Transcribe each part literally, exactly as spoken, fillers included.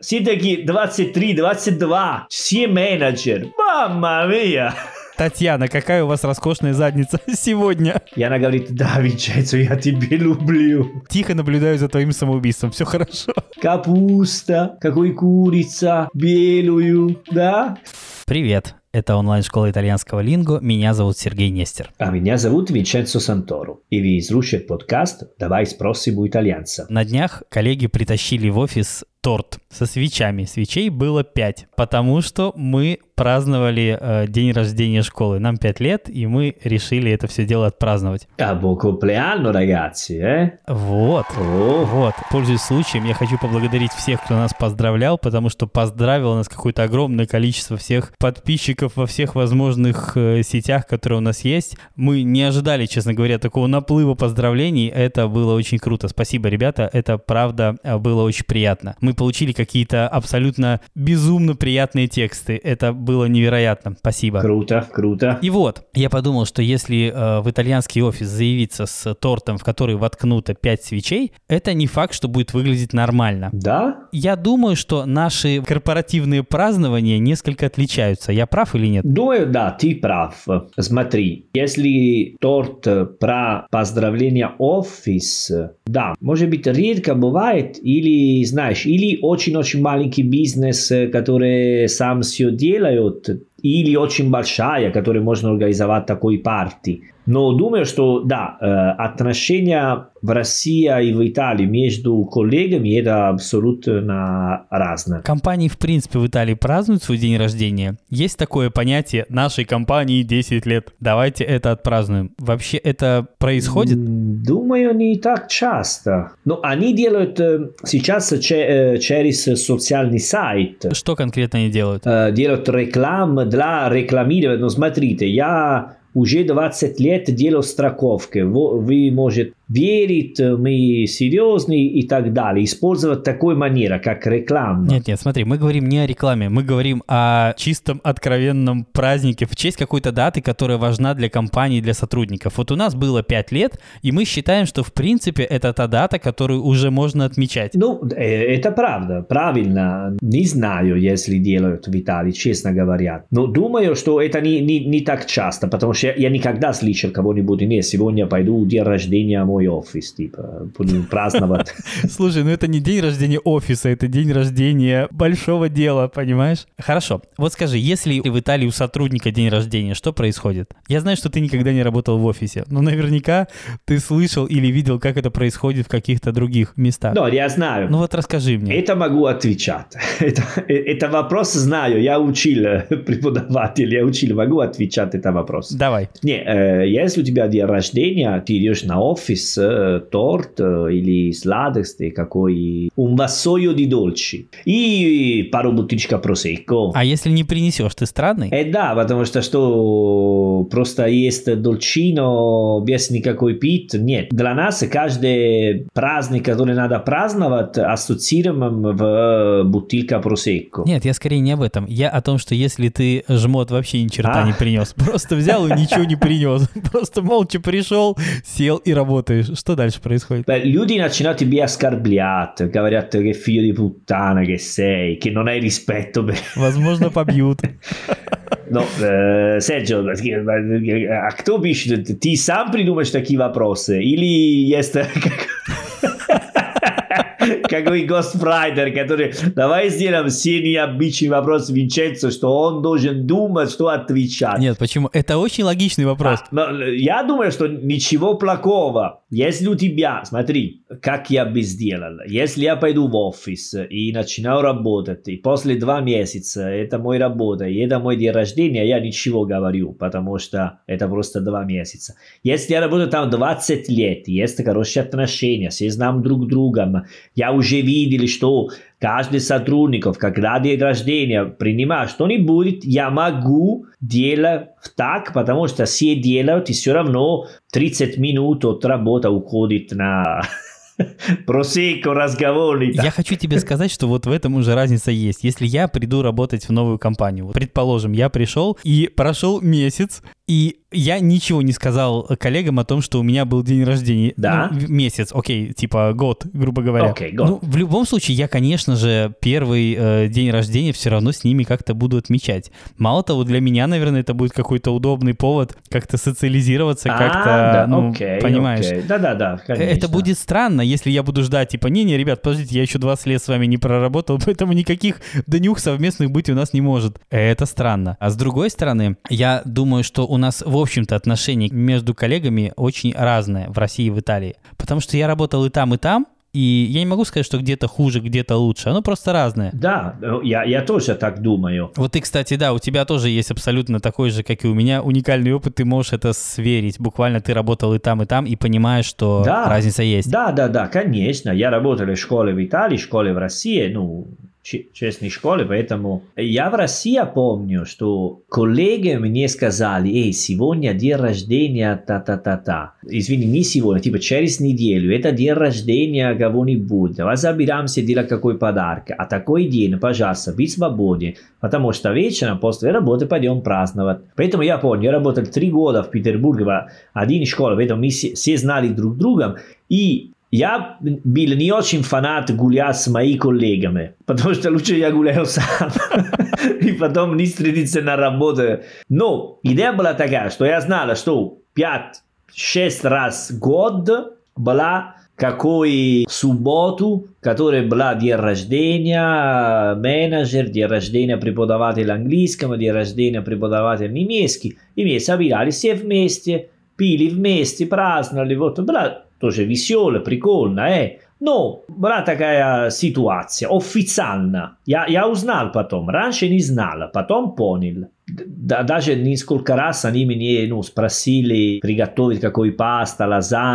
все такие двадцать три, двадцать два, все менеджеры. Мамма мия! Татьяна, какая у вас роскошная задница сегодня? И она говорит, да, Винченцо, я тебя люблю. Тихо наблюдаю за твоим самоубийством, все хорошо. Капуста, какой курица, белую, да? Привет, это онлайн-школа итальянского линго, меня зовут Сергей Нестер. А меня зовут Винченцо Санторо, и вы слушаете подкаст «Давай спросим у итальянца». На днях коллеги притащили в офис торт со свечами. Свечей было пять, потому что мы праздновали э, день рождения школы. Нам пять лет, и мы решили это все дело отпраздновать. А buon compleanno, ragazzi, eh? Вот, О. вот. Пользуясь случаем, я хочу поблагодарить всех, кто нас поздравлял, потому что поздравило нас какое-то огромное количество всех подписчиков во всех возможных э, сетях, которые у нас есть. Мы не ожидали, честно говоря, такого наплыва поздравлений. Это было очень круто. Спасибо, ребята. Это, правда, было очень приятно. Мы получили какие-то абсолютно безумно приятные тексты. Это было невероятно. Спасибо. Круто, круто. И вот, я подумал, что если э, в итальянский офис заявиться с тортом, в который воткнуто пять свечей, это не факт, что будет выглядеть нормально. Да? Я думаю, что наши корпоративные празднования несколько отличаются. Я прав или нет? Думаю, да, ты прав. Смотри, если торт про поздравление офис, да, может быть, редко бывает, или, знаешь, или очень-очень маленький бизнес, который сам все делает, или очень большая, которая можно организовать такой парти. Но думаю, что да, отношения в России и в Италии между коллегами это абсолютно разное. Компании, в принципе, в Италии празднуют свой день рождения. Есть такое понятие «нашей компании десять лет». Давайте это отпразднуем. Вообще это происходит? Думаю, не так часто. Но они делают сейчас через социальный сайт. Что конкретно они делают? Делают рекламу для рекламирования. Но смотрите, я уже двадцать лет делаю страховки. Вы можете верить, мы серьезные и так далее. Использовать такой манеры, как реклама. Нет, нет, смотри, мы говорим не о рекламе, мы говорим о чистом откровенном празднике в честь какой-то даты, которая важна для компании, для сотрудников. Вот у нас было пять лет, и мы считаем, что в принципе это та дата, которую уже можно отмечать. Ну, это правда, правильно. Не знаю, если делают в Италии, честно говоря. Но думаю, что это не, не, не так часто, потому что я, я никогда слышал кого-нибудь, не, сегодня пойду в день рождения мой офис, типа, будем праздновать. Слушай, ну это не день рождения офиса, это день рождения большого дела, понимаешь? Хорошо, вот скажи, если в Италии у сотрудника день рождения, что происходит? Я знаю, что ты никогда не работал в офисе, но наверняка ты слышал или видел, как это происходит в каких-то других местах. Да, я знаю. Ну вот расскажи мне. Это могу отвечать. Это, это вопрос знаю, я учил преподаватель, я учил, могу отвечать это вопрос. Давай. Не, э, если у тебя день рождения, ты идешь на офис, торт или сладости какой, un vassoio di dolci и пару бутылочек просекко. А если не принесешь, ты странный? Э, да, потому что что просто есть долчино без никакой пит. Нет, для нас каждый праздник, который надо праздновать, ассоциируем в бутылка просекко. Нет, я скорее не об этом. Я о том, что если ты жмот вообще ни черта а. не принес, просто взял и ничего не принес, просто молча пришел, сел и работаешь. Что дальше происходит? Beh, люди начинают тебя оскорблять, говорят, che figlio di puttana che sei, che non hai rispetto per... Возможно, побьют. Но, э, Серджио, а кто пишет? Ты сам придумаешь такие вопросы? Или есть... Какой гостфрайдер, который... Давай сделаем все необычные вопросы Винченцо, что он должен думать, что отвечать. Нет, почему? Это очень логичный вопрос. А, но я думаю, что ничего плохого. Если у тебя... Смотри, как я бы сделал. Если я пойду в офис и начинаю работать, и после два месяца это моя работа, и это мой день рождения, я ничего говорю, потому что это просто два месяца. Если я работаю там двадцать лет, есть хорошие отношения, все знаем друг друга, я уже видел, что каждый сотрудник, когда день рождения принимает что-нибудь, я могу делать так, потому что все делают, и все равно тридцать минут от работы уходит на... Просекко, разговоры. Я хочу тебе сказать, что вот в этом уже разница есть. Если я приду работать в новую компанию, предположим, я пришел и прошел месяц, И я ничего не сказал коллегам о том, что у меня был день рождения. Да? Ну, месяц, окей, типа год, грубо говоря. Окей, год. Ну, в любом случае, я, конечно же, первый э, день рождения все равно с ними как-то буду отмечать. Мало того, для меня, наверное, это будет какой-то удобный повод как-то социализироваться, а, как-то, да, ну, окей, понимаешь. Окей. Да-да-да, конечно. Это будет странно, если я буду ждать, типа, не-не, ребят, подождите, я еще двадцать лет с вами не проработал, поэтому никаких днюх совместных быть у нас не может. Это странно. А с другой стороны, я думаю, что у нас, в общем-то, отношения между коллегами очень разные в России и в Италии. Потому что я работал и там, и там, и я не могу сказать, что где-то хуже, где-то лучше. Оно просто разное. Да, я, я тоже так думаю. Вот ты, кстати, да, у тебя тоже есть абсолютно такой же, как и у меня, уникальный опыт. Ты можешь это сверить. Буквально ты работал и там, и там, и понимаешь, что да. разница есть. Да, да, да, конечно. Я работал в школе в Италии, в школе в России, ну... честной школе, поэтому я в России помню, что коллеги мне сказали, эй, сегодня день рождения, та-та-та-та. Извини, не сегодня, типа через неделю, это день рождения кого-нибудь, давай забираемся делать какой подарок, а такой день, пожалуйста, будь свободен, потому что вечером после работы пойдем праздновать. Поэтому я помню, я работал три года в Петербурге в один школе, поэтому мы все знали друг друга, и я был не очень фанат гулять с моими коллегами, потому что лучше я гуляю сам, и потом не встретиться на работе. Но идея была такая, что я знала, что пять-шесть раз в год была какой субботу, которая была день рождения менеджер, день рождения преподаватель английского, день рождения преподаватель немецкий, и мы собирались все вместе, пили вместе, праздновали, вот, была тоже весело, прикольно, э. Но была такая ситуация официально. Я, я узнал потом, раньше не знал, потом понял. Да, даже несколько раз они меня ну, спросили приготовить какой паста,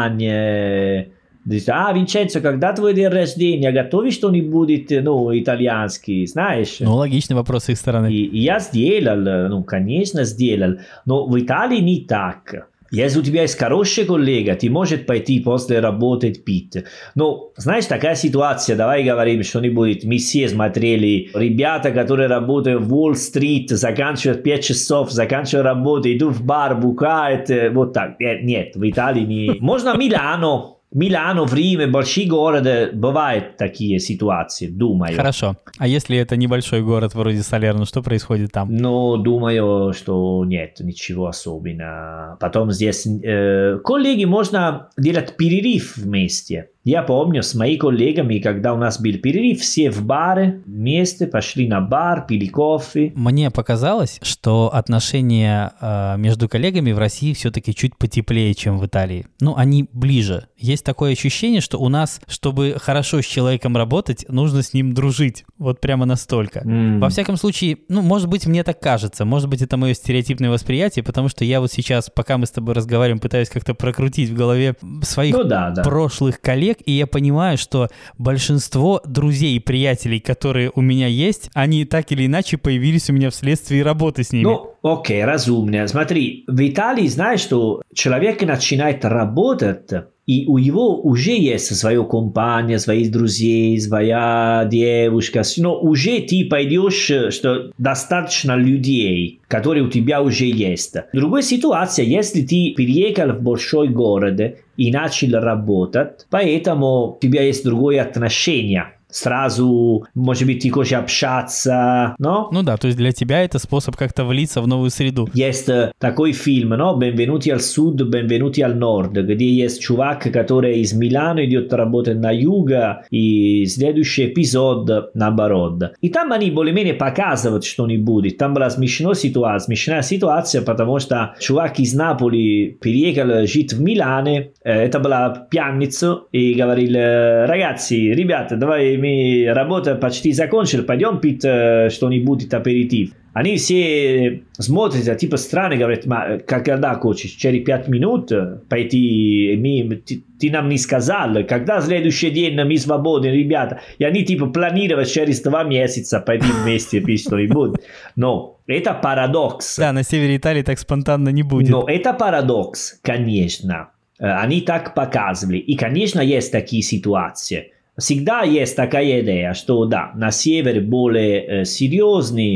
лазанья. А, Винченцо, когда твой день рождения? Готовишь что-нибудь, ну, итальянский, знаешь? Ну, логичный вопрос с их стороны. И, и я сделал, ну, конечно, сделал. Но в Италии не так. Если у тебя есть хороший коллега, ты можешь пойти после работы пить. Но, знаешь, такая ситуация, давай говорим что-нибудь. Мы все смотрели ребята, которые работают в Уолл-стрит, заканчивают пять часов, заканчивают работу, идут в бар, бухают. Вот так. Нет, в Италии не. Можно Милано. Милано, в Риме, большие города, бывают такие ситуации, думаю. Хорошо. А если это небольшой город вроде Салерно, что происходит там? Ну, думаю, что нет, ничего особенного. Потом здесь э, коллеги, можно делать перерыв вместе. Я помню с моими коллегами, когда у нас был перерыв, все в баре вместе пошли на бар, пили кофе. Мне показалось, что отношения э, между коллегами в России все-таки чуть потеплее, чем в Италии. Ну, они ближе. Есть такое ощущение, что у нас, чтобы хорошо с человеком работать, нужно с ним дружить. Вот прямо настолько. Mm. Во всяком случае, ну, может быть, мне так кажется. Может быть, это мое стереотипное восприятие, потому что я вот сейчас, пока мы с тобой разговариваем, пытаюсь как-то прокрутить в голове своих ну, да, да. прошлых коллег, и я понимаю, что большинство друзей и приятелей, которые у меня есть, они так или иначе появились у меня вследствие работы с ними. Ну, окей, разумно. Смотри, в Италии знаешь, что человек начинает работать, и у него уже есть своя компания, свои друзья, своя девушка, но уже ты пойдешь, что достаточно людей, которые у тебя уже есть. Другая ситуация, если ты переехал в большой город и начал работать, поэтому у тебя есть другое отношение. Сразу, может быть, ты хочешь общаться, но? Ну да, то есть для тебя это способ как-то влиться в новую среду. Есть такой фильм, no? «Benvenuti al Sud, Benvenuti al Nord», где есть чувак, который из Милана идет работать на юго, и следующий эпизод наоборот. И там они более-менее показывают что-нибудь. Там была смешная ситуация, смешная ситуация, потому что чувак из Наполи переехал жить в Милане, это была пьяница, и говорил, рагazzi, ребята, давай мы работу почти закончили, пойдем пить э, что-нибудь аперитив. Они все смотрят, типа странно, говорят, ma когда хочешь, через пять минут пойти, мы, ты, ты нам не сказал, когда следующий день мы свободны, ребята. И они типа планировали через два месяца пойти вместе пить что-нибудь. Но это парадокс. Да, на севере Италии так спонтанно не будет. Но это парадокс, конечно. Они так показывали. И, конечно, есть такие ситуации. Всегда есть такая идея, что да, на севере более э, серьезные,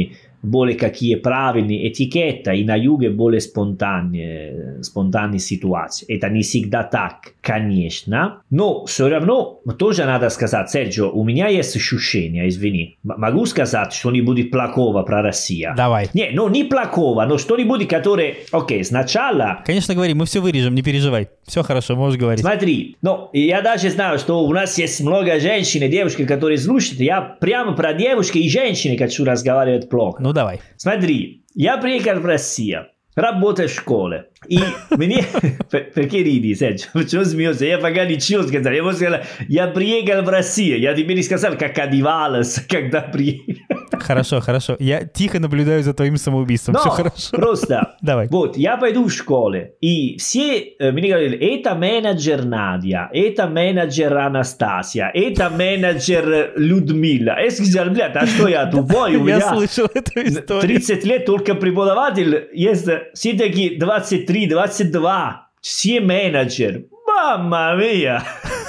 более какие правильные этикеты, и на юге более спонтанные, спонтанные ситуации. Это не всегда так, конечно, но все равно тоже надо сказать, Серджио, у меня есть ощущение, извини, могу сказать что-нибудь плохого про Россию? Давай. Не, ну не плохого, но что-нибудь, которое, окей, сначала... Конечно, говори, мы все вырежем, не переживай. Все хорошо, можешь говорить. Смотри, ну, я даже знаю, что у нас есть много женщин и девушек, которые слушают. Я прямо про девушки и женщины хочу разговаривать плохо. Ну, давай. Смотри, я приехал в Россию, работаю в школе. И мне... Perché ridi, Sergio? Почему смеешься? Я пока ничего сказал. Я сказал, я приехал в Россию. Я тебе не сказал, как одевалась, когда приехал. Хорошо, хорошо. Я тихо наблюдаю за твоим самоубийством. Но все хорошо. Просто, Давай. Вот, я пойду в школе, и все э, мне говорили, это менеджер Надя, это менеджер Анастасия, это менеджер Людмила. Я сказал, блядь, а что я тупой? У Я меня слышал эту историю. тридцать лет только преподаватель, есть все такие двадцать три, двадцать два, все менеджер. Мамма мия!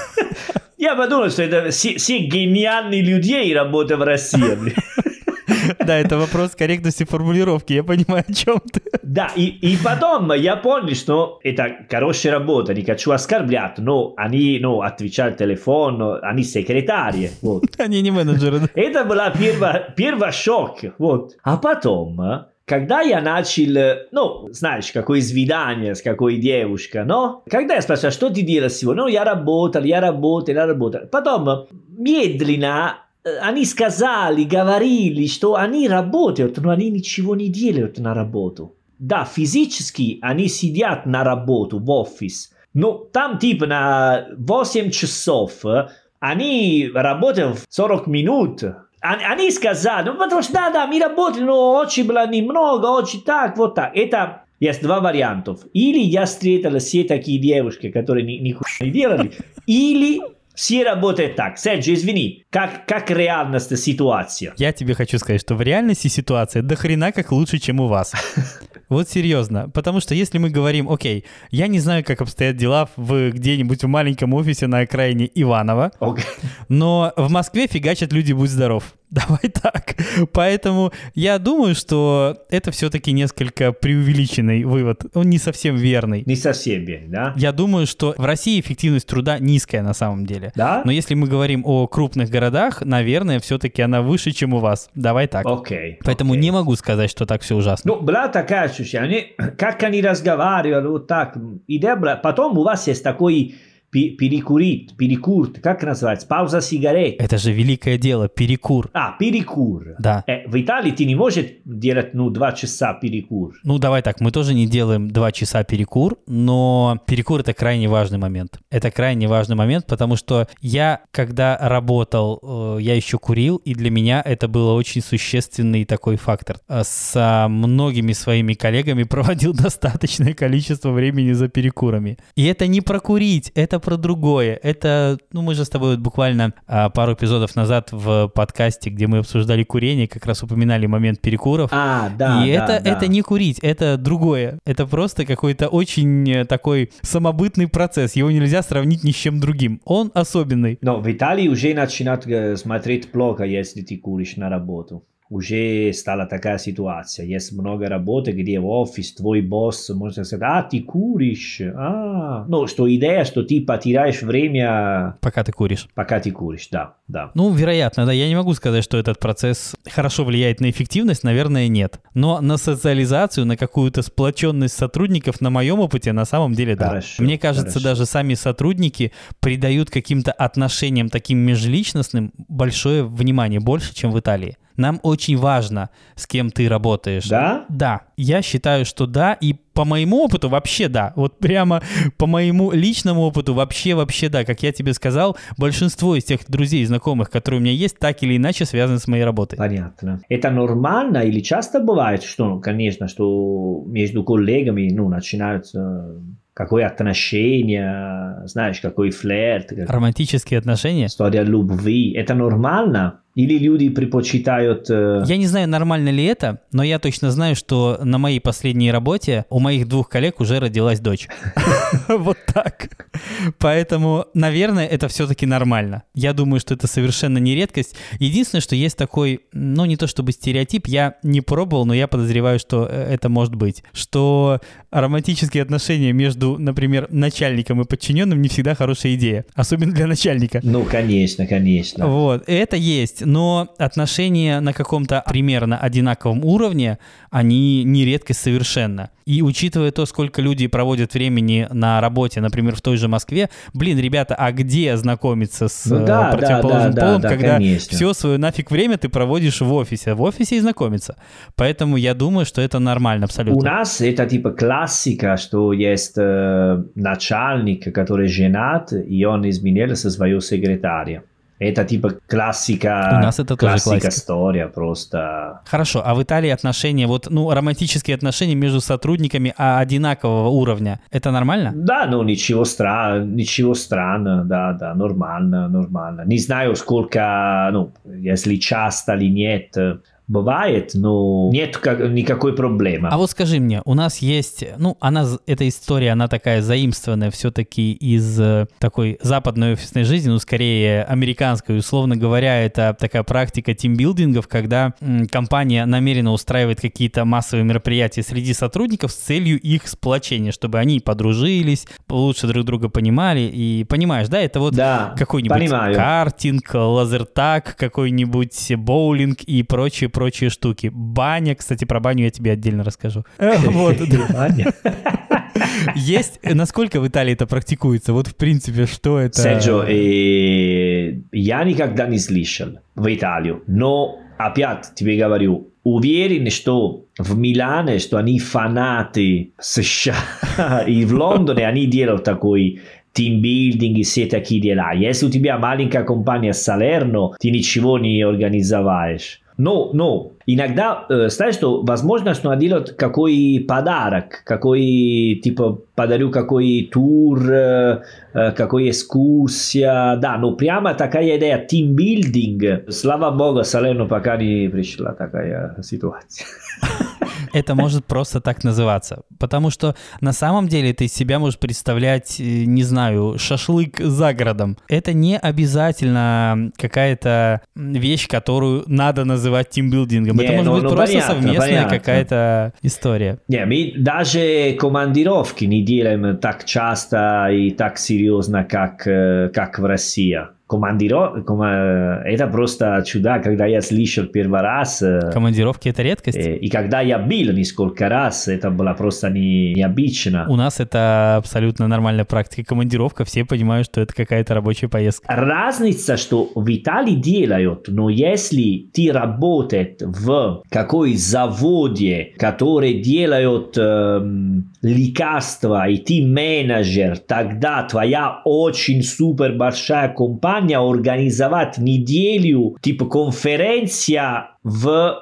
Я подумал, что это все, все гениальные люди работают в России, блядь. Да, это вопрос корректности формулировки, я понимаю, о чем ты. Да, и, и потом я понял, что это хорошая работа, не хочу оскорблять, но они ну, отвечают телефон, они секретари. Вот. Они не менеджеры. Да? Это был первый, первый шок. Вот. А потом, когда я начал, ну, знаешь, какое свидание с какой девушкой, но когда я спрашивал, что ты делаешь сегодня, ну, я работал, я работал, я работал. Потом, медленно, они сказали, говорили, что они работают, но они ничего не делают на работу. Да, физически они сидят на работу, в офис, но там типа на восемь часов они работают сорок минут. Они сказали, ну потому что да, да, мы работали, но очень было немного, очень так, вот так. Это есть два варианта. Или я встретил все такие девушки, которые ни, ни не делали, или... Все работают так. Серджио, извини, как, как реальность ситуация? Я тебе хочу сказать, что в реальности ситуация до хрена как лучше, чем у вас. Вот серьезно. Потому что если мы говорим, окей, я не знаю, как обстоят дела в где-нибудь в маленьком офисе на окраине Иваново, okay. но в Москве фигачат люди, будь здоров. Давай так. Поэтому я думаю, что это все-таки несколько преувеличенный вывод. Он не совсем верный. Не совсем верный, да? Я думаю, что в России эффективность труда низкая на самом деле. Да? Но если мы говорим о крупных городах, наверное, все-таки она выше, чем у вас. Давай так. Окей. Поэтому окей. не могу сказать, что так все ужасно. Ну, была такая ощущение, как они разговаривали, вот так. Идея была... Потом у вас есть такой... Перекурить, перекур, как называется? Пауза сигарет. Это же великое дело, перекур. А, перекур. Да. Э, в Италии ты не можешь делать, ну, два часа перекур. Ну, давай так, мы тоже не делаем два часа перекур, но перекур — это крайне важный момент. Это крайне важный момент, потому что я, когда работал, я еще курил, и для меня это был очень существенный такой фактор. С многими своими коллегами проводил достаточное количество времени за перекурами. И это не про курить, это про другое. Это, ну, мы же с тобой вот буквально а, пару эпизодов назад в подкасте, где мы обсуждали курение, как раз упоминали момент перекуров. А, да, И да, это, да. это не курить, это другое. Это просто какой-то очень такой самобытный процесс. Его нельзя сравнить ни с чем другим. Он особенный. Но в Италии уже начинают смотреть плохо, если ты куришь на работу. Уже стала такая ситуация. Есть много работы, где в офис твой босс может сказать, а, ты куришь. А. Ну, что идея, что ты потеряешь время... Пока ты куришь. Пока ты куришь, да, да. Ну, вероятно, да. Я не могу сказать, что этот процесс хорошо влияет на эффективность, наверное, нет. Но на социализацию, на какую-то сплоченность сотрудников, на моем опыте, на самом деле, да. Хорошо, Мне кажется, хорошо. даже сами сотрудники придают каким-то отношениям таким межличностным большое внимание, больше, чем в Италии. Нам очень важно, с кем ты работаешь. Да? Да. Я считаю, что да. И по моему опыту вообще да. Вот прямо по моему личному опыту вообще-вообще да. Как я тебе сказал, большинство из тех друзей и знакомых, которые у меня есть, так или иначе связаны с моей работой. Понятно. Это нормально или часто бывает, что, конечно, что между коллегами, ну, начинаются... Какое отношение, знаешь, какой флирт. Романтические отношения? История любви. Это нормально? Или люди предпочитают... Э... Я не знаю, нормально ли это, но я точно знаю, что на моей последней работе у моих двух коллег уже родилась дочь. Вот так. Поэтому, наверное, это все-таки нормально. Я думаю, что это совершенно не редкость. Единственное, что есть такой, ну, не то чтобы стереотип, я не пробовал, но я подозреваю, что это может быть. Что романтические отношения между, например, начальником и подчиненным не всегда хорошая идея. Особенно для начальника. Ну, конечно, конечно. Вот, это есть. Но отношения на каком-то примерно одинаковом уровне, они не редкость совершенно. И учитывая то, сколько люди проводят времени на работе, например, в той же Москве, блин, ребята, а где знакомиться с ну, да, противоположным да, да, полом, да, когда конечно. Все свое нафиг время ты проводишь в офисе? В офисе и знакомиться. Поэтому я думаю, что это нормально абсолютно. У нас это типа классика, что есть э, начальник, который женат, и он изменил со свою секретаря. Это типа классика, у нас это классика, тоже классика. История просто. Хорошо, а в Италии отношения, вот, ну, романтические отношения между сотрудниками одинакового уровня, это нормально? Да, ну, ничего, стра... ничего странного, да, да, нормально, нормально. Не знаю, сколько, ну, если часто или нет, бывает, но нет как, никакой проблемы. А вот скажи мне, у нас есть, ну, она, эта история, она такая заимствованная все-таки из э, такой западной офисной жизни, ну, скорее американской, условно говоря, это такая практика тимбилдингов, когда м, компания намеренно устраивает какие-то массовые мероприятия среди сотрудников с целью их сплочения, чтобы они подружились, лучше друг друга понимали, и понимаешь, да, это вот да, какой-нибудь понимаю. Картинг, лазертаг, какой-нибудь боулинг и прочие прочие штуки. Баня, кстати, про баню я тебе отдельно расскажу. Вот. Есть, насколько в Италии это практикуется? Вот, в принципе, что это? Серджо, э, я никогда не слышал в Италию, но опять тебе говорю, уверен, что в Милане, что они фанаты США, и в Лондоне они делают такой тимбилдинг и все такие дела. Если у тебя маленькая компания Салерно, ты ничего не организовываешь. Но, но иногда, э, знаешь, что возможно, что делают какой подарок, какой, типа, подарю какой тур, э, какой экскурсия, да, но прямо такая идея, тимбилдинг, слава богу, Салерно пока не пришла такая ситуация. Это может просто так называться, потому что на самом деле ты из себя можешь представлять, не знаю, шашлык за городом. Это не обязательно какая-то вещь, которую надо называть тимбилдингом. Не, это может ну, быть ну, просто понятно, совместная понятно. какая-то история. Не, мы даже командировки не делаем так часто и так серьезно, как, как в России. Командировки, это просто чудо, когда я слышал первый раз. Командировки — это редкость? И когда я был несколько раз, это было просто не, необычно. У нас это абсолютно нормальная практика. Командировка, все понимают, что это какая-то рабочая поездка. Разница, что в Италии делают, но если ты работаешь в какой заводе, который делают эм, лекарства, и ты менеджер, тогда твоя очень супер большая компания организовать неделю, типа конференция в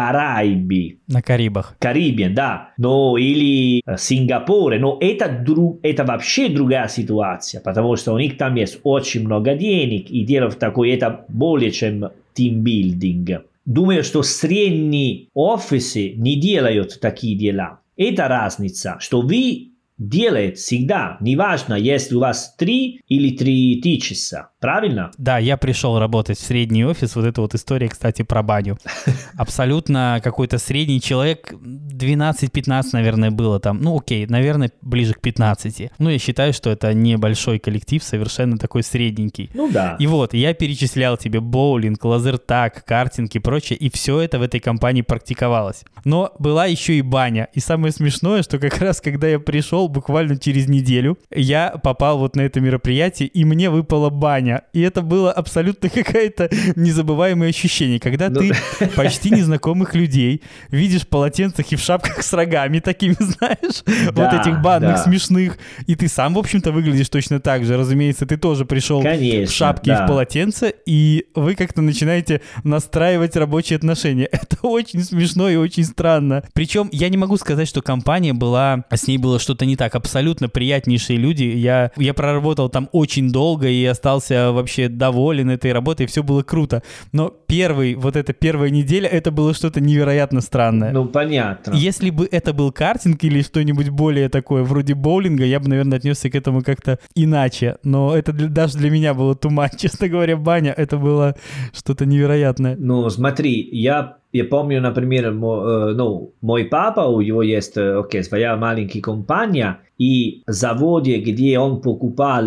Карибе. На Карибах. Карибе, да. Но или Сингапуре. Но это, друг, это вообще другая ситуация, потому что у них там есть очень много денег, и делать такое, это более чем тимбилдинг. Думаю, что средние офисы не делают такие дела. Это разница, что вы делаете всегда, неважно, если у вас три или три часа. Правильно? Да, я пришел работать в средний офис. Вот эта вот история, кстати, про баню. Абсолютно какой-то средний человек, двенадцать-пятнадцать, наверное, было там. Ну, окей, наверное, ближе к пятнадцати. Ну, я считаю, что это небольшой коллектив, совершенно такой средненький. Ну да. И вот, я перечислял тебе боулинг, лазертаг, картинг и прочее, и все это в этой компании практиковалось. Но была еще и баня. И самое смешное, что как раз, когда я пришел буквально через неделю, я попал вот на это мероприятие, и мне выпала баня. И это было абсолютно какое-то незабываемое ощущение, когда ну... ты почти незнакомых людей видишь в полотенцах и в шапках с рогами такими, знаешь, да, вот этих банных, да. смешных. И ты сам, в общем-то, выглядишь точно так же. Разумеется, ты тоже пришел Конечно, в шапке да. и в полотенце, и вы как-то начинаете настраивать рабочие отношения. Это очень смешно и очень странно. Причем я не могу сказать, что компания была, с ней было что-то не не так. Абсолютно приятнейшие люди. Я, я проработал там очень долго и остался вообще доволен этой работой. Все было круто. Но первый, вот эта первая неделя, это было что-то невероятно странное. Ну, понятно. Если бы это был картинг или что-нибудь более такое, вроде боулинга, я бы, наверное, отнесся к этому как-то иначе. Но это для, даже для меня было too much. Честно говоря, баня, это было что-то невероятное. Ну, смотри, я... Я помню, например, мо, ну, мой папа, у него есть, окей, своя маленькая компания, и заводе, где он покупал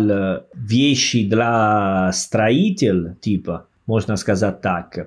вещи для строителей, типа, можно сказать так,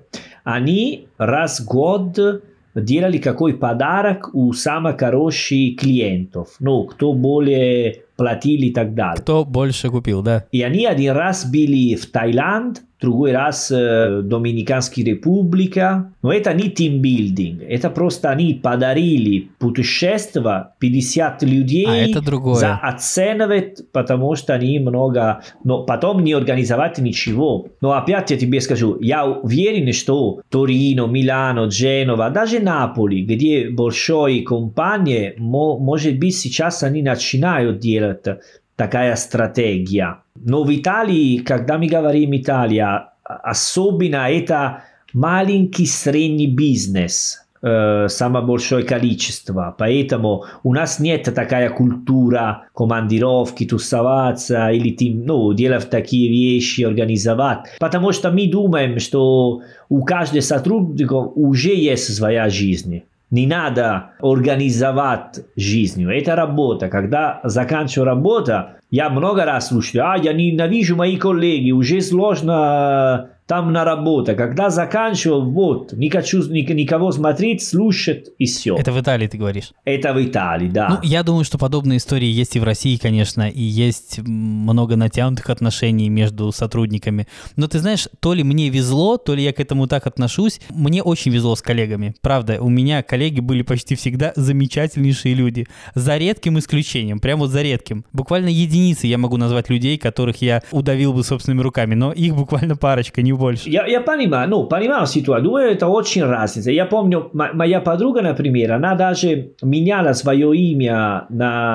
они раз в год делали какой подарок у самых хороших клиентов, ну, кто более платил и так далее. Кто больше купил, да. И они один раз были в Таиланд, другой раз э, Доминиканская Республика. Но это не тимбилдинг, это просто они подарили путешествие пятьдесят людей а это другое. За оценивать, потому что они много... Но потом не организовать ничего. Но опять я тебе скажу, я уверен, что Торино, Милано, Дженова, даже Наполи, где большие компании, мо, может быть, сейчас они начинают делать такая стратегия. Но в Италии, когда мы говорим Италия, особенно это маленький средний бизнес, э, самое большое количество. Поэтому у нас нет такая культура командировки, тусоваться или ну, делать такие вещи, организовать. Потому что мы думаем, что у каждого сотрудника уже есть своя жизнь. Не надо организовать жизнь. Это работа. Когда заканчиваю работу, я много раз слушаю, а я ненавижу мои коллеги, уже сложно там на работе. Когда заканчиваю, вот, не хочу никого смотреть, слушать и все. Это в Италии ты говоришь? Это в Италии, да. Ну, я думаю, что подобные истории есть и в России, конечно, и есть много натянутых отношений между сотрудниками. Но ты знаешь, то ли мне везло, то ли я к этому так отношусь. Мне очень везло с коллегами. Правда, у меня коллеги были почти всегда замечательнейшие люди. За редким исключением, прям вот за редким. Буквально единицы я могу назвать людей, которых я удавил бы собственными руками, но их буквально парочка, не больше. Я, я понимаю, ну, понимаю ситуацию. Думаю, это очень разница. Я помню, м- моя подруга, например, она даже меняла свое имя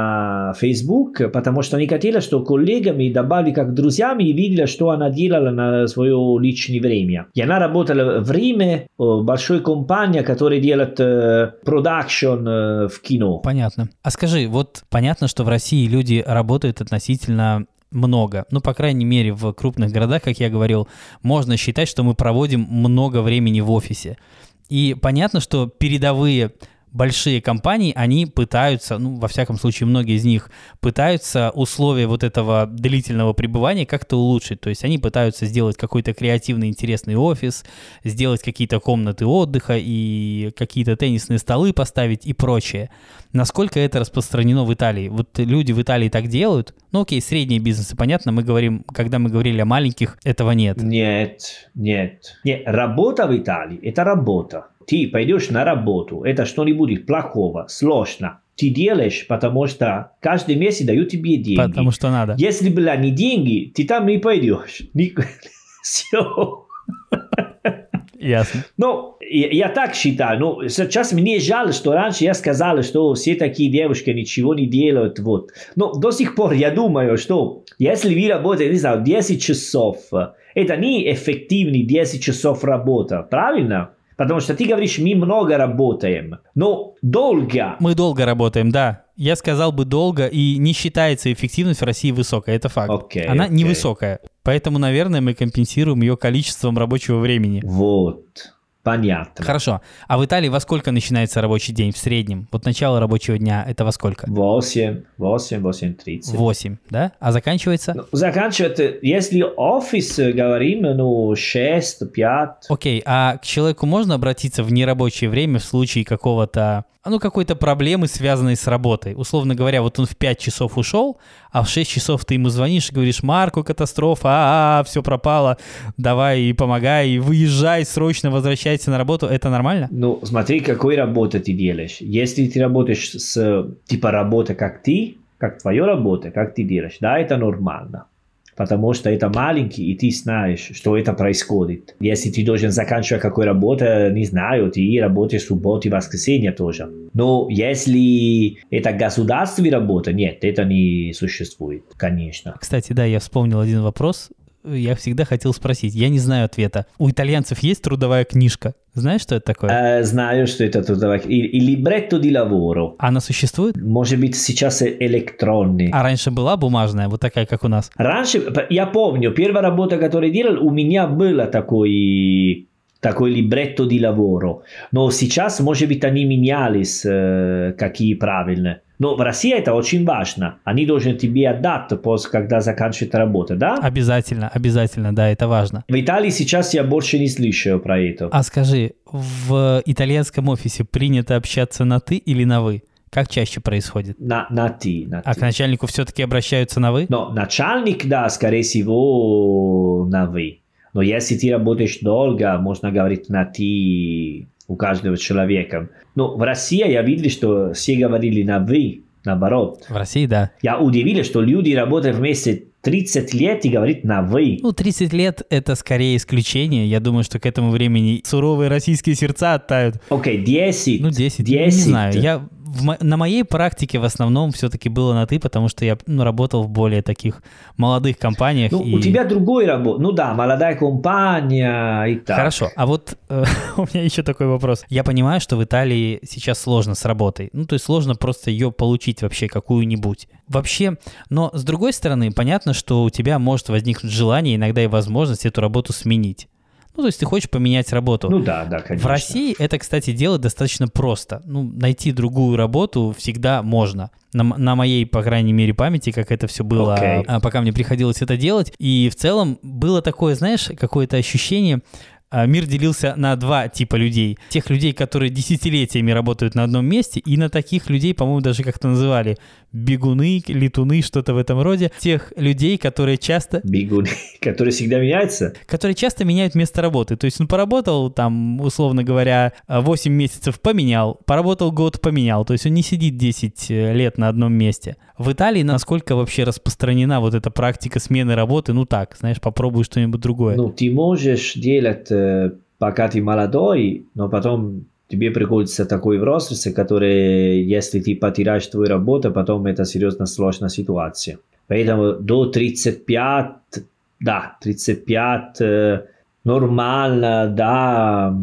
на Facebook, потому что не хотела, что коллегами добавили как друзьями и видела, что она делала на свое личное время. И она работала в Риме, в большой компании, которая делает э, продакшн э, в кино. Понятно. А скажи, вот понятно, что в России люди работают относительно много. Ну, по крайней мере, в крупных городах, как я говорил, можно считать, что мы проводим много времени в офисе. И понятно, что передовые большие компании, они пытаются, ну, во всяком случае, многие из них пытаются условия вот этого длительного пребывания как-то улучшить. То есть они пытаются сделать какой-то креативный, интересный офис, сделать какие-то комнаты отдыха и какие-то теннисные столы поставить и прочее. Насколько это распространено в Италии? Вот люди в Италии так делают? Ну, окей, средние бизнесы, понятно, мы говорим, когда мы говорили о маленьких, этого нет. Нет, нет. Нет, работа в Италии – это работа. Ты пойдешь на работу, это что-нибудь плохого, сложно. Ты делаешь, потому что каждый месяц дают тебе деньги. Потому что надо. Если были не деньги, ты там не пойдешь. Все. Ясно. Ну, я, я так считаю. Ну, сейчас мне жаль, что раньше я сказал, что все такие девушки ничего не делают. Вот. Но до сих пор я думаю, что если вы работаете, не знаю, десять часов, это не эффективный десять часов работы, правильно? Потому что ты говоришь, мы много работаем, но долго. Мы долго работаем, да. Я сказал бы долго, и не считается эффективность в России высокой, это факт. Okay, Она okay. невысокая, поэтому, наверное, мы компенсируем ее количеством рабочего времени. Вот. Понятно. Хорошо. А в Италии во сколько начинается рабочий день в среднем? Вот начало рабочего дня, это во сколько? восемь, восемь, восемь тридцать. восемь, да? А заканчивается? Ну, заканчивается, если офис, говорим, ну, шесть, пять. Окей, а к человеку можно обратиться в нерабочее время в случае какого-то, ну, какой-то проблемы, связанной с работой? Условно говоря, вот он в пять часов ушел, а в шесть часов ты ему звонишь и говоришь: Марко, катастрофа, а-а-а, все пропало, давай и помогай, выезжай, срочно возвращайся на работу. Это нормально? Ну, смотри, какой работу ты делаешь. Если ты работаешь с типа работы, как ты, как твоя работа, как ты делаешь, да, это нормально. потому что это маленький, и ты знаешь, что это происходит. Если ты должен заканчивать какую работу, не знаю, ты работаешь в субботу и воскресенье тоже. Но если это государственная работа, нет, это не существует, конечно. Кстати, да, я вспомнил один вопрос. Я всегда хотел спросить, я не знаю ответа. У итальянцев есть трудовая книжка? Знаешь, что это такое? Э, знаю, что это трудовая книжка. Il libretto di lavoro. Она существует? Может быть, сейчас электронный. А раньше была бумажная, вот такая, как у нас? Раньше, я помню, первая работа, которую я делал, у меня была такой... такой libretto di lavoro. Но сейчас, может быть, они менялись, э, какие правильные. Но в России это очень важно. Они должны тебе отдать, после, когда заканчивается работа, да? Обязательно, обязательно, да, это важно. В Италии сейчас я больше не слышу про это. А скажи, в итальянском офисе принято общаться на «ты» или на «вы»? Как чаще происходит? На, на «ты». На а ты. К начальнику все-таки обращаются на «вы»? Но начальник, да, скорее всего, на «вы». Но если ты работаешь долго, можно говорить на «ты» у каждого человека. Но в России я видел, что все говорили на «вы», наоборот. В России, да. Я удивился, что люди работают вместе тридцать лет и говорят на «вы». Ну, тридцать лет — это скорее исключение. Я думаю, что к этому времени суровые российские сердца оттают. Окей, okay, десять. Ну, десять, десять. Не знаю. Я... В мо- на моей практике в основном все-таки было на «ты», потому что я ну, работал в более таких молодых компаниях. Ну, и... у тебя другой работа. Ну да, молодая компания и так. Хорошо, а вот э, у меня еще такой вопрос. Я понимаю, что в Италии сейчас сложно с работой. Ну, то есть сложно просто ее получить вообще какую-нибудь. Вообще, но с другой стороны, понятно, что у тебя может возникнуть желание, иногда и возможность эту работу сменить. Ну, то есть ты хочешь поменять работу. Ну да, да, конечно. В России это, кстати, делать достаточно просто. Ну, найти другую работу всегда можно. На, на моей, по крайней мере, памяти, как это все было, okay. пока мне приходилось это делать. И в целом было такое, знаешь, какое-то ощущение... Мир делился на два типа людей. Тех людей, которые десятилетиями работают на одном месте, и на таких людей, по-моему, даже как-то называли бегуны, летуны, что-то в этом роде. Тех людей, которые часто... Бегуны, которые всегда меняются? Которые часто меняют место работы. То есть он поработал там, условно говоря, восемь месяцев, поменял, поработал год, поменял. То есть он не сидит десять лет на одном месте. В Италии насколько вообще распространена вот эта практика смены работы? Ну так, знаешь, попробуй что-нибудь другое. Ну, ты можешь делать, пока ты молодой, но потом тебе приходится такой возраст, который, если ты потеряешь твою работу, потом это серьезно сложная ситуация. Поэтому до тридцати пяти, да, тридцать пять нормально, да,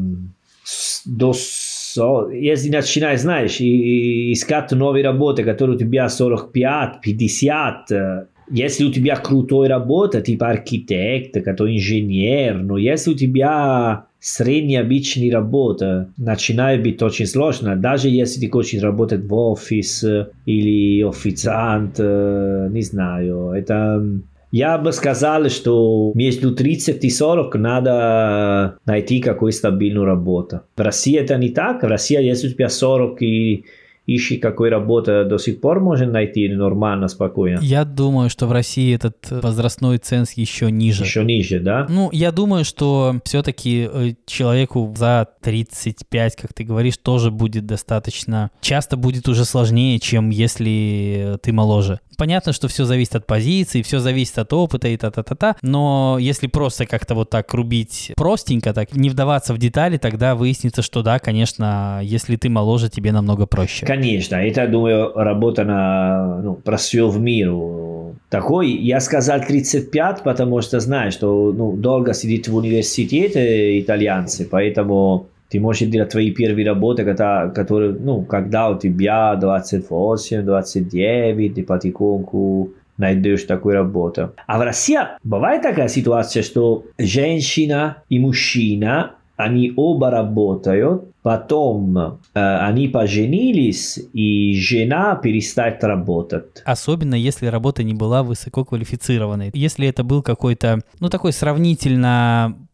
до если начинаешь, знаешь, искать новые работы, которые у тебя сорок пять, пятьдесят, если у тебя крутая работа, типа архитектор, который инженер, но если у тебя средняя обычная работа, начинает быть очень сложно, даже если ты хочешь работать в офис или официант, не знаю, это... Я бы сказал, что между тридцать и сорок надо найти какую-то стабильную работу. В России это не так. В России, если у тебя сорок и ищи какую работу, до сих пор можно найти нормально, спокойно. Я думаю, что в России этот возрастной ценз еще ниже. Еще ниже, да? Ну, я думаю, что все-таки человеку за тридцать пять, как ты говоришь, тоже будет достаточно... Часто будет уже сложнее, чем если ты моложе. Понятно, что все зависит от позиции, все зависит от опыта и та-та-та-та, но если просто как-то вот так рубить простенько, так не вдаваться в детали, тогда выяснится, что да, конечно, если ты моложе, тебе намного проще. Конечно, это, думаю, работа на, ну, про все в миру. Такой, я сказал тридцать пять, потому что знаю, что ну, долго сидит в университете итальянцы, поэтому... Ты можешь делать твои первые работы, когда, которые, ну, когда у тебя двадцать восемь, двадцать девять, и потихоньку найдешь такую работу. А в России бывает такая ситуация, что женщина и мужчина, они оба работают, потом э, они поженились, и жена перестает работать. Особенно, если работа не была высококвалифицированной. Если это был какой-то, ну, такой сравнительно...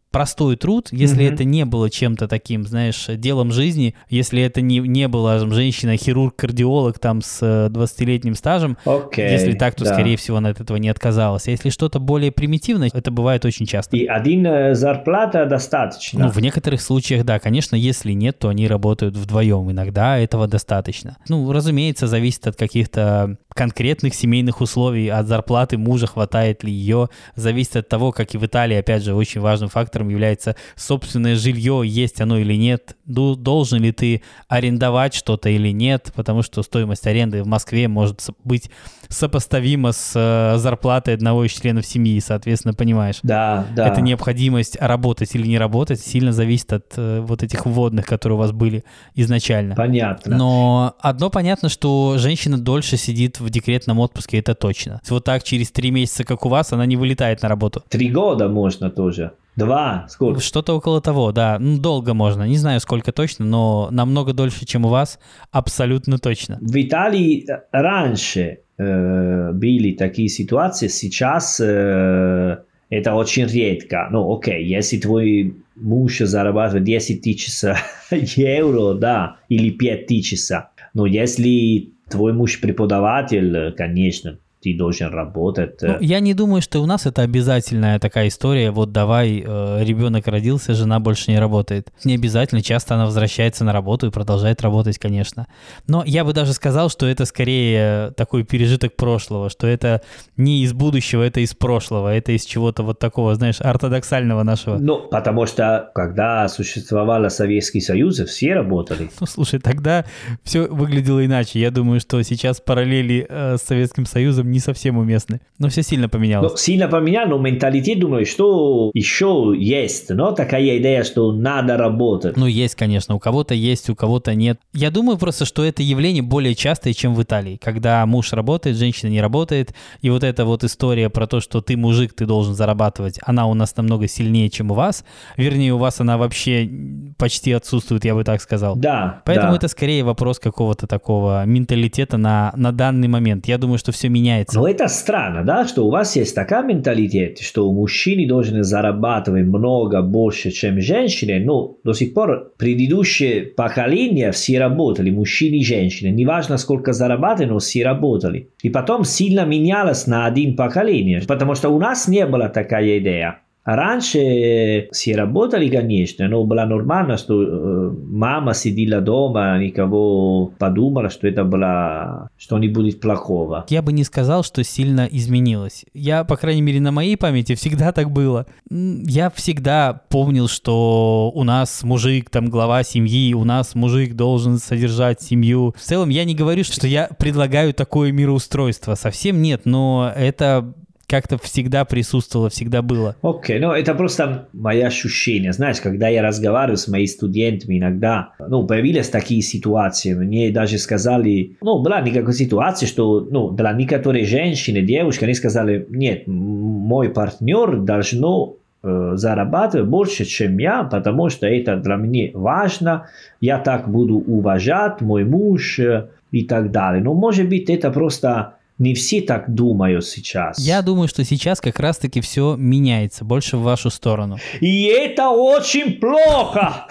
простой труд, если Мгм. это не было чем-то таким, знаешь, делом жизни, если это не, не была там, женщина-хирург-кардиолог там с э, двадцатилетним стажем, Окей, если так, то, да. скорее всего, она от этого не отказалась. А если что-то более примитивное, это бывает очень часто. И один э, зарплата достаточно. Ну, в некоторых случаях, да, конечно, если нет, то они работают вдвоем. Иногда этого достаточно. Ну, разумеется, зависит от каких-то конкретных семейных условий, от зарплаты мужа, хватает ли ее, зависит от того, как и в Италии, опять же, очень важным фактором является собственное жилье, есть оно или нет, Ду- должен ли ты арендовать что-то или нет, потому что стоимость аренды в Москве может со- быть сопоставима с э, зарплатой одного из членов семьи, соответственно, понимаешь. Да, да. Эта необходимость работать или не работать сильно зависит от э, вот этих вводных, которые у вас были изначально. Понятно. Но одно понятно, что женщина дольше сидит в декретном отпуске, это точно. Вот так через три месяца, как у вас, она не вылетает на работу. Три года можно тоже. Два, сколько? Что-то около того, да. Ну, долго можно. Не знаю, сколько точно, но намного дольше, чем у вас, абсолютно точно. В Италии раньше э, были такие ситуации, сейчас э, это очень редко. Ну, окей, если твой муж зарабатывает десять тысяч евро, да, или пять тысяч, но если твой муж преподаватель, конечно, ты должен работать. Ну, я не думаю, что у нас это обязательная такая история. Вот давай, э, ребенок родился, жена больше не работает. Не обязательно. Часто она возвращается на работу и продолжает работать, конечно. Но я бы даже сказал, что это скорее такой пережиток прошлого, что это не из будущего, это из прошлого, это из чего-то вот такого, знаешь, ортодоксального нашего. Ну, потому что когда существовал Советский Союз, все работали. Ну, слушай, тогда все выглядело иначе. Я думаю, что сейчас параллели э, с Советским Союзом не совсем уместны. Но все сильно поменялось. Ну, сильно поменял, но менталитет, думаю, что еще есть, но такая идея, что надо работать. Ну, есть, конечно. У кого-то есть, у кого-то нет. Я думаю просто, что это явление более частое, чем в Италии. Когда муж работает, женщина не работает. И вот эта вот история про то, что ты мужик, ты должен зарабатывать, она у нас намного сильнее, чем у вас. Вернее, у вас она вообще почти отсутствует, я бы так сказал. Да, Поэтому да. это скорее вопрос какого-то такого менталитета на, на данный момент. Я думаю, что все меняется. Но это странно, да, что у вас есть такая менталитет, что мужчины должны зарабатывать много больше, чем женщины, но до сих пор предыдущие поколения все работали, мужчины и женщины, неважно сколько зарабатывали, но все работали. И потом сильно менялось на один поколение, потому что у нас не была такая идея. Раньше все работали, конечно, но было нормально, что э, мама сидела дома, никого подумала, что это было что-нибудь плохого. Я бы не сказал, что сильно изменилось. Я, по крайней мере, на моей памяти всегда так было. М, Я всегда помнил, что у нас мужик, там, глава семьи, у нас мужик должен содержать семью. В целом, я не говорю, что я предлагаю такое мироустройство. Совсем нет, но это как-то всегда присутствовало, всегда было. Окей, ну это просто мое ощущение. Знаешь, когда я разговариваю с моими студентами, иногда, ну, появились такие ситуации. Мне даже сказали, ну, была никакая ситуация, что, ну, для некоторых женщин, девушек, они сказали, нет, м- мой партнер должно э, зарабатывать больше, чем я, потому что это для меня важно, я так буду уважать мой муж э, и так далее. Но, может быть, это просто... Не все так думают сейчас. Я думаю, что сейчас как раз-таки все меняется, больше в вашу сторону. И это очень плохо.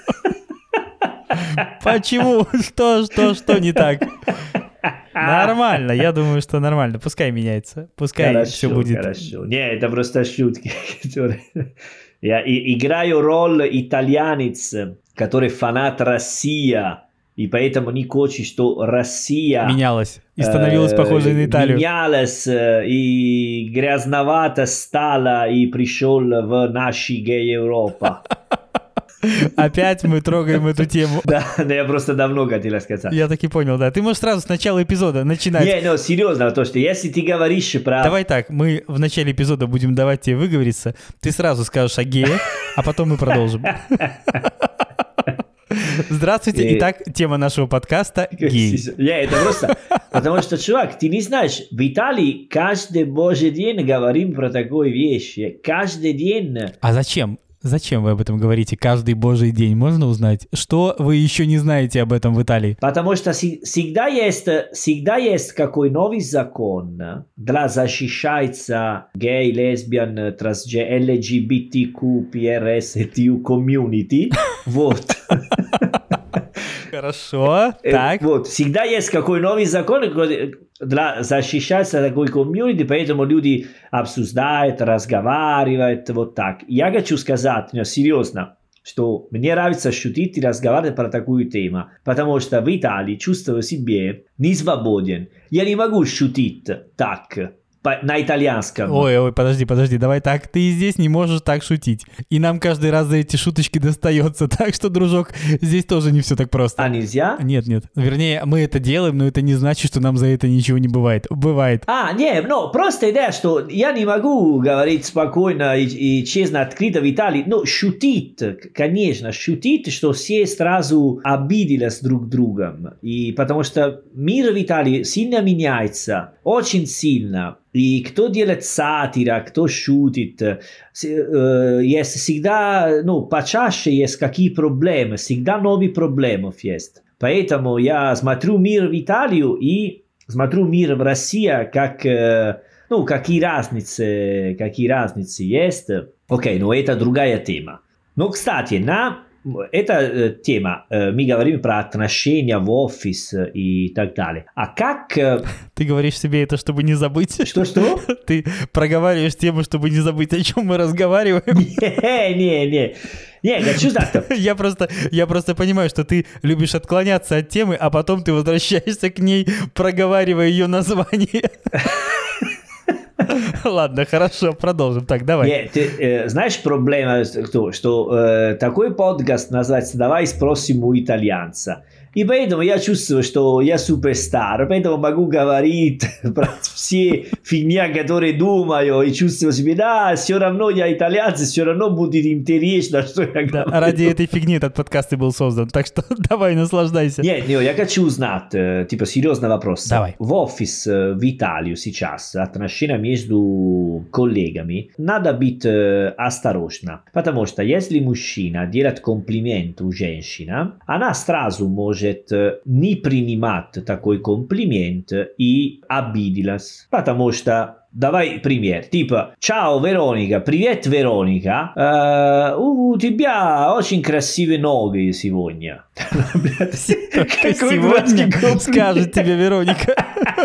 Почему? Что, что, что не так? Нормально, я думаю, что нормально. Пускай меняется, пускай Хорошо, все будет. хорошо. Не, это просто шутки. которые- Я и- играю роль итальянец, который фанат России, и поэтому не хочет, что Россия Менялось и становилось э, похоже на Италию. менялась э, и грязновато стала и пришел в наши гей-Европа. Опять мы трогаем эту тему. Да, да, я просто давно хотел сказать. Я так и понял, да. Ты можешь сразу с начала эпизода начинать. Не, ну серьезно, то что если ты говоришь про... Давай так, мы в начале эпизода будем давать тебе выговориться, ты сразу скажешь о геях, а потом мы продолжим. Здравствуйте, И- итак, тема нашего подкаста — гей. Я это просто... Потому что, чувак, ты не знаешь, в Италии каждый божий день говорим про такую вещь. Каждый день... А зачем? Зачем вы об этом говорите каждый божий день? Можно узнать? Что вы еще не знаете об этом в Италии? Потому что всегда есть, всегда есть какой новый закон для защищаться гей, лесбиян, трансгендер, эл джи би ти кью, пи ар эс, ти ю комьюнити. Вот. Хорошо, так. Вот, всегда есть какой новый закон для защищаться такой комьюнити, поэтому люди обсуждают, разговаривают, вот так. Я хочу сказать, ну, серьезно, что мне нравится шутить и разговаривать про такую тему, потому что в Италии чувствую себя не свободен. Я не могу шутить так. На итальянском. Ой, ой, подожди, подожди, давай так. Ты здесь не можешь так шутить. И нам каждый раз за эти шуточки достается. Так что, дружок, здесь тоже не все так просто. А нельзя? Нет, нет. Вернее, мы это делаем, но это не значит, что нам за это ничего не бывает. Бывает. А, нет, ну, просто идея, что я не могу говорить спокойно и, и честно, открыто в Италии. Ну, шутить, конечно, шутить, что все сразу обиделись друг другом. И потому что мир в Италии сильно меняется. Очень сильно. И кто делает сатира, кто шутит, есть всегда, ну, почаще есть какие проблемы, всегда новые проблемы есть. Поэтому я смотрю мир в Италию и смотрю мир в России, как, ну, какие разницы, какие разницы есть. Окей, но это другая тема. Но, кстати, на эта э, тема, э, мы говорим про отношения в офис и так далее. А как... Э... Ты говоришь себе это, чтобы не забыть? Что-что? Ты проговариваешь тему, чтобы не забыть, о чем мы разговариваем? Не, не, не. Не, хочу знать. Я просто, я просто понимаю, что ты любишь отклоняться от темы, а потом ты возвращаешься к ней, проговаривая ее название. Ладно, хорошо, продолжим. Так, давай. Нет, ты, э, знаешь, проблема, что, что э, такой подкаст называется «Давай спросим у итальянца». И поэтому я чувствую, что я суперстар, поэтому могу говорить про все фигня, которые думаю, и чувствую себя, да, все равно я итальянец, все равно будет интересно, что я говорю. Да, ради этой фигни этот подкаст и был создан, так что давай, наслаждайся. Нет, нет, я хочу узнать, типа, серьезный вопрос. Давай. В офис в Италию сейчас, отношения между коллегами, надо быть осторожно, потому что если мужчина делает комплимент у женщины, она сразу может не принимать такой комплимент и обиделась, потому что давай пример, типа, чао, Вероника, привет, Вероника, э, у тебя очень красивые ноги сегодня. Сегодня скажет тебе Вероника.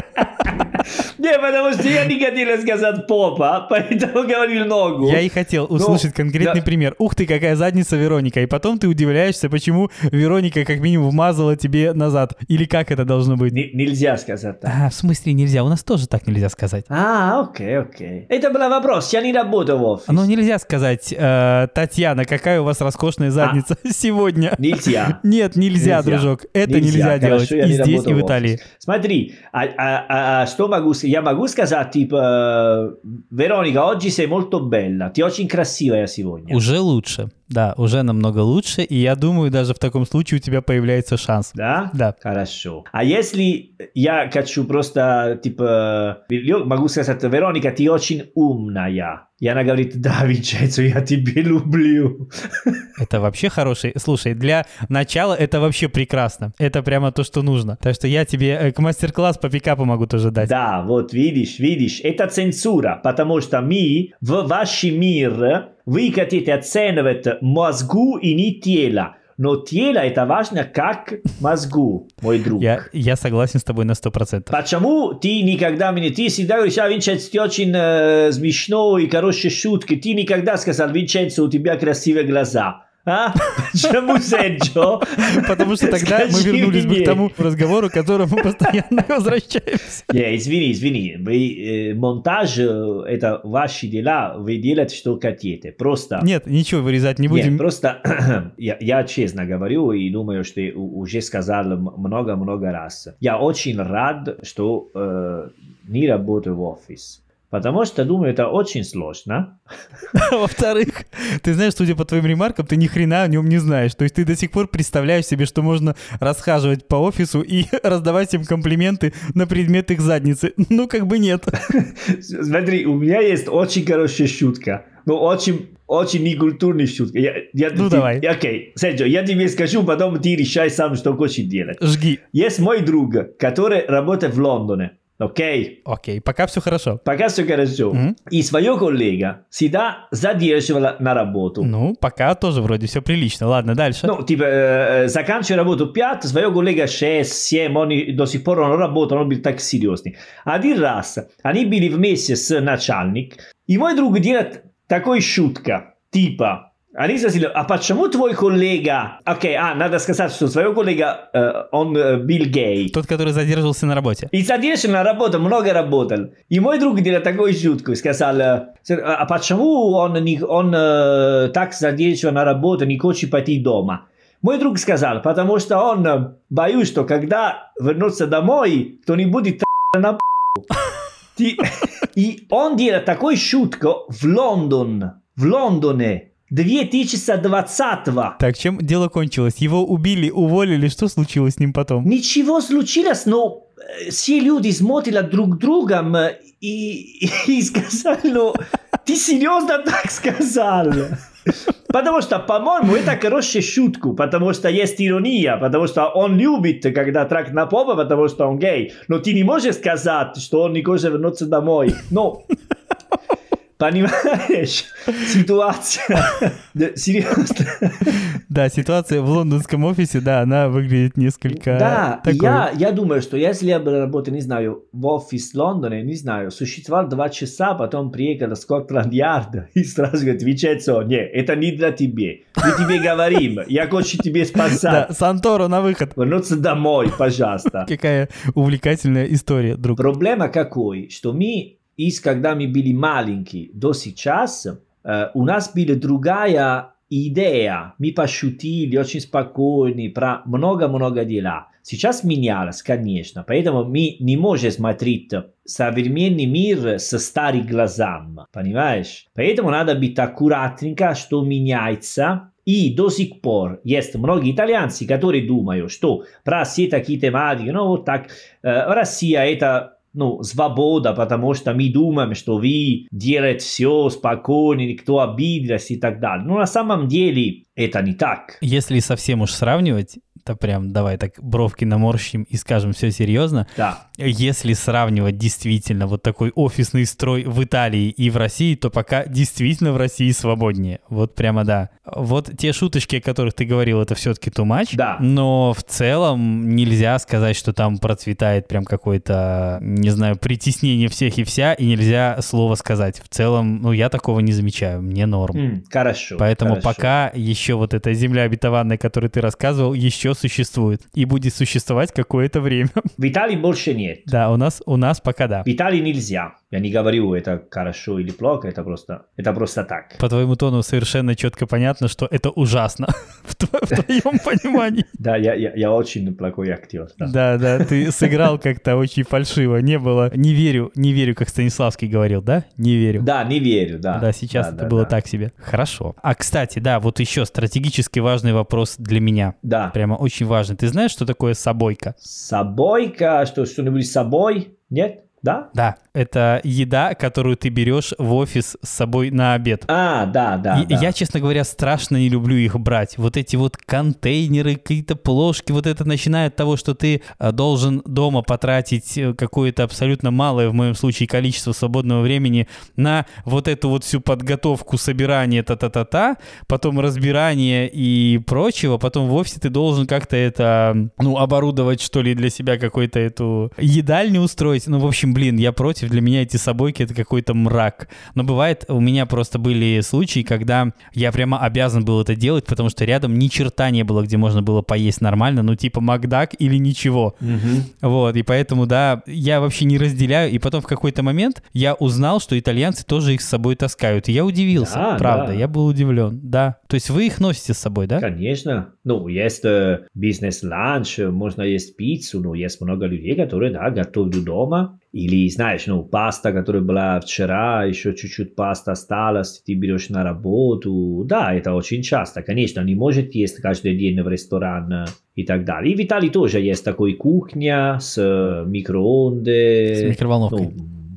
Не, потому что я не хотел сказать попа, поэтому говорил ногу. Я и хотел услышать Но, конкретный да. пример. Ух ты, какая задница Вероника. И потом ты удивляешься, почему Вероника как минимум вмазала тебе назад. Или как это должно быть? Н- нельзя сказать так. А, в смысле нельзя? У нас тоже так нельзя сказать. А, окей, окей. Это был вопрос, я не работаю в офисе. Ну, нельзя сказать, э, Татьяна, какая у вас роскошная задница а, сегодня. Нельзя. Нет, нельзя, нельзя. дружок. Это нельзя, нельзя делать. Хорошо, и здесь, и в Италии. Смотри, а, а, а что могу сказать? Я могу сказать, типа, Вероника, oggi sei molto bella, ты очень красивая сегодня. Уже лучше, да, уже намного лучше, и я думаю, даже в таком случае у тебя появляется шанс. Да? Да. Хорошо. А если я хочу просто, типа, могу сказать, Вероника, ты очень умная. И она говорит, да, Винченцо, я тебя люблю. Это вообще хороший. Слушай, для начала это вообще прекрасно. Это прямо то, что нужно. Так что я тебе к мастер-класс по пикапу могу тоже дать. Да, вот видишь, видишь, это цензура, потому что мы в ваш мир, вы хотите оценивать мозгу и не тело. Но тело это важно как мозгу, мой друг. Я, я согласен с тобой на сто процентов. Почему ты никогда мне... Ты всегда говоришь, а, Винченцо, ты очень э, смешной и хорошие шутки. Ты никогда сказал, Винченцо, у тебя красивые глаза. А? Почему, Серджо? Потому что тогда мы вернулись бы к тому разговору, к которому мы постоянно возвращаемся. Не, извини, извини. Вы, э, монтаж, это ваши дела, вы делаете, что хотите. Просто... Нет, ничего вырезать не будем. Нет, просто я, я честно говорю и думаю, что уже сказал много-много раз. Я очень рад, что э, не работаю в офисе. Потому что, думаю, это очень сложно. Во-вторых, ты знаешь, судя по твоим ремаркам, ты ни хрена о нем не знаешь. То есть ты до сих пор представляешь себе, что можно расхаживать по офису и раздавать им комплименты на предмет их задницы. Ну, как бы нет. Смотри, у меня есть очень хорошая шутка. Ну, очень, очень некультурная шутка. Я, я, ну, ты, давай. Окей, Серджио, я тебе скажу, потом ты решай сам, что хочешь делать. Жги. Есть мой друг, который работает в Лондоне. Окей? Окей, пока все хорошо. Пока все хорошо. Mm-hmm. И свою коллега всегда задерживала на работу. Ну, пока тоже вроде все прилично. Ладно, дальше. Ну, типа, э, заканчивая работу пять, свою коллега шесть, семь, они до сих пор он работают, он был так серьезный. Один раз они были вместе с начальником, и мой друг делает такой шутка, типа, они спросили, а почему твой коллега... Окей, а, надо сказать, что свой коллега, э, он э, был гей. Тот, который задерживался на работе. И задерживался на работу, много работал. И мой друг делал такую шутку, сказал, а почему он, не, он э, так задерживался на работу, не хочет пойти дома? Мой друг сказал, потому что он э, боюсь, что когда вернется домой, то не будет на И он делал такую шутку в Лондон, в Лондоне. две тысячи двадцатого. Так, чем дело кончилось? Его убили, уволили, что случилось с ним потом? Ничего случилось, но все люди смотрели друг друга и, и сказали, ну, ты серьезно так сказал? Потому что, по-моему, это хорошая шутка, потому что есть ирония, потому что он любит, когда трак на попа, потому что он гей. Но ты не можешь сказать, что он не хочет вернуться домой. Ну... Понимаешь? Ситуация. Да, серьезно. Да, ситуация в лондонском офисе, да, она выглядит несколько... Да, такой... я, я думаю, что если я бы работал, не знаю, в офис Лондона, не знаю, существовал два часа, потом приехал в Скотланд-Ярд и сразу отвечает, что нет, это не для тебя. Мы тебе говорим, я хочу тебе спасать. Да, Санторо на выход. Вернуться домой, пожалуйста. Какая увлекательная история, друг. Проблема какой, что мы... И когда мы были маленькие до сейчас, э, у нас была другая идея. Мы пошутили очень спокойно про много-много дела. Сейчас менялось, конечно. Поэтому мы не можем смотреть современный мир со старыми глазами. Понимаешь? Поэтому надо быть аккуратненько, что меняется. И до сих пор есть многие итальянцы, которые думают, что про все такие тематики, ну вот так, э, Россия это... Ну, свобода, потому что мы думаем, что вы делаете все спокойно, никто обиделся и так далее. Но на самом деле это не так. Если совсем уж сравнивать, то прям давай так бровки наморщим и скажем все серьезно. Да. Если сравнивать действительно вот такой офисный строй в Италии и в России, то пока действительно в России свободнее. Вот прямо да. Вот те шуточки, о которых ты говорил, это все-таки too much. Да. Но в целом нельзя сказать, что там процветает прям какое-то, не знаю, притеснение всех и вся, и нельзя слово сказать. В целом, ну, я такого не замечаю. Мне норм. Mm, хорошо. Поэтому хорошо. пока еще вот эта земля обетованная, которую ты рассказывал, еще существует. И будет существовать какое-то время. В Италии больше нет. Да, у нас, у нас пока да. В Италии нельзя. Я не говорю, это хорошо или плохо, это просто, это просто так. По твоему тону совершенно четко понятно, что это ужасно в, тво- в твоем понимании. Да, я, я, я очень плохой актер. Да. Да, да, ты сыграл как-то очень фальшиво. Не было, не верю, не верю, как Станиславский говорил, да? Не верю. Да, не верю, да. Да, сейчас да, это да, было да. так себе. Хорошо. А, кстати, да, вот еще стратегически важный вопрос для меня. Да. Прямо очень важный. Ты знаешь, что такое собойка? Собойка, что что-нибудь с собой? Нет? Да? Да, это еда, которую ты берешь в офис с собой на обед. А, да, да, И, да. Я, честно говоря, страшно не люблю их брать. Вот эти вот контейнеры, какие-то плошки, вот это начиная от того, что ты а, должен дома потратить какое-то абсолютно малое, в моем случае, количество свободного времени на вот эту вот всю подготовку, собирание, та-та-та-та, потом разбирание и прочего, потом в офисе ты должен как-то это, ну, оборудовать, что ли, для себя какой-то эту едальню устроить. Ну, в общем, блин, я против, для меня эти собойки это какой-то мрак. Но бывает, у меня просто были случаи, когда я прямо обязан был это делать, потому что рядом ни черта не было, где можно было поесть нормально, ну типа Макдак или ничего. Угу. Вот, и поэтому, да, я вообще не разделяю. И потом в какой-то момент я узнал, что итальянцы тоже их с собой таскают. И я удивился, Да, правда, да. я был удивлен, да. То есть вы их носите с собой, да? Конечно. Ну, есть э, бизнес-ланч, можно есть пиццу, но есть много людей, которые, да, готовят дома. Или, знаешь, ну, паста, которая была вчера, еще чуть-чуть паста осталась, ты берешь на работу. Да, это очень часто. Конечно, не может есть каждый день в ресторан и так далее. И в Италии тоже есть такой кухня с микроонды. С микроволновкой. Ну,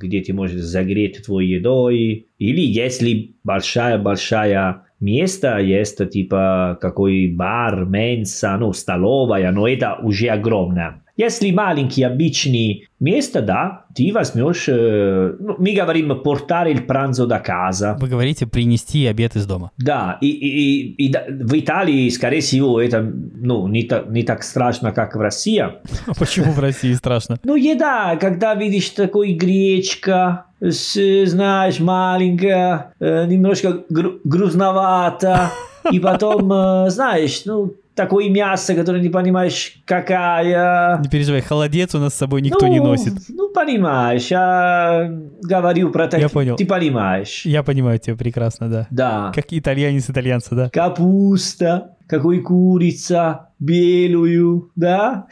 где ты можешь загреть твою едой. Или если большая-большая место есть, типа какой бар, менса, ну, столовая, но это уже огромное. Если маленькие, обычные места, да, ты возьмешь, э, ну, мы говорим portare il pranzo da casa. Вы говорите принести обед из дома. Да, и, и, и, и да, в Италии, скорее всего, это ну, не, та, не так страшно, как в России. Почему в России страшно? Ну, еда, когда видишь такой гречка, с, знаешь, маленькая, э, немножко гру- грузновато, и потом, э, знаешь, ну, такое мясо, которое не понимаешь, какая. Не переживай, холодец у нас с собой никто ну, не носит. Ну, понимаешь, я говорю про так. Я понял. Ты понимаешь. Я понимаю тебя прекрасно, да. Да. Как итальянец итальянца, да. Капуста, какой курица, белую, да?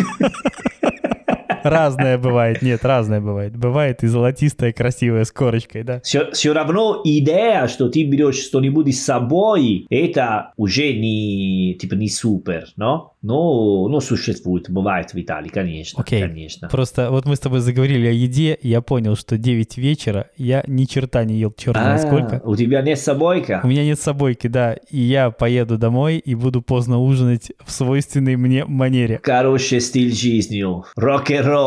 Разное бывает, нет, разное бывает. Бывает и золотистая, красивая, с корочкой, да. Все, все равно идея, что ты берешь что-нибудь с собой, это уже не, типа, не супер, но, но, но существует, бывает в Италии, конечно, Окей. конечно. Просто вот мы с тобой заговорили о еде, и я понял, что девять вечера я ни черта не ел, черт знает сколько. У тебя нет собойка? У меня нет собойки, да, и я поеду домой и буду поздно ужинать в свойственной мне манере. Хороший стиль жизни, рок-н-ролл.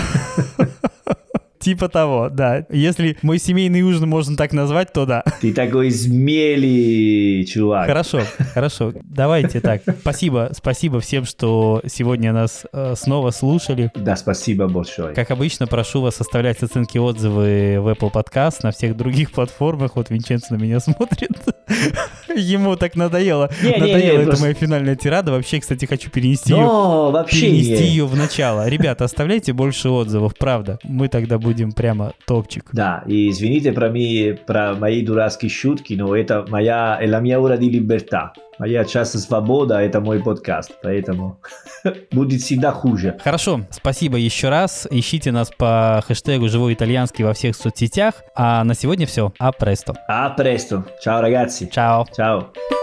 Типа того, да. Если мой семейный ужин можно так назвать, то да. Ты такой смелый чувак. Хорошо, хорошо. Давайте так. Спасибо, спасибо всем, что сегодня нас э, снова слушали. Да, спасибо большое. Как обычно, прошу вас оставлять оценки, отзывы в Apple Podcast, на всех других платформах. Вот Винченцо на меня смотрит. Ему так надоело. Не, надоело, не, не, это просто... моя финальная тирада. Вообще, кстати, хочу перенести Но, ее, вообще перенести не. ее в начало. Ребята, оставляйте больше отзывов, правда. Мы тогда будем прямо топчик. Да, и извините про, ми, про мои дурацкие шутки, но это моя, è la mia ora di libertà. Моя час свобода, это мой подкаст, поэтому будет всегда хуже. Хорошо, спасибо еще раз. Ищите нас по хэштегу «Живой итальянский» во всех соцсетях. А на сегодня все. А престо. А престо. Ciao ragazzi. Ciao. Ciao.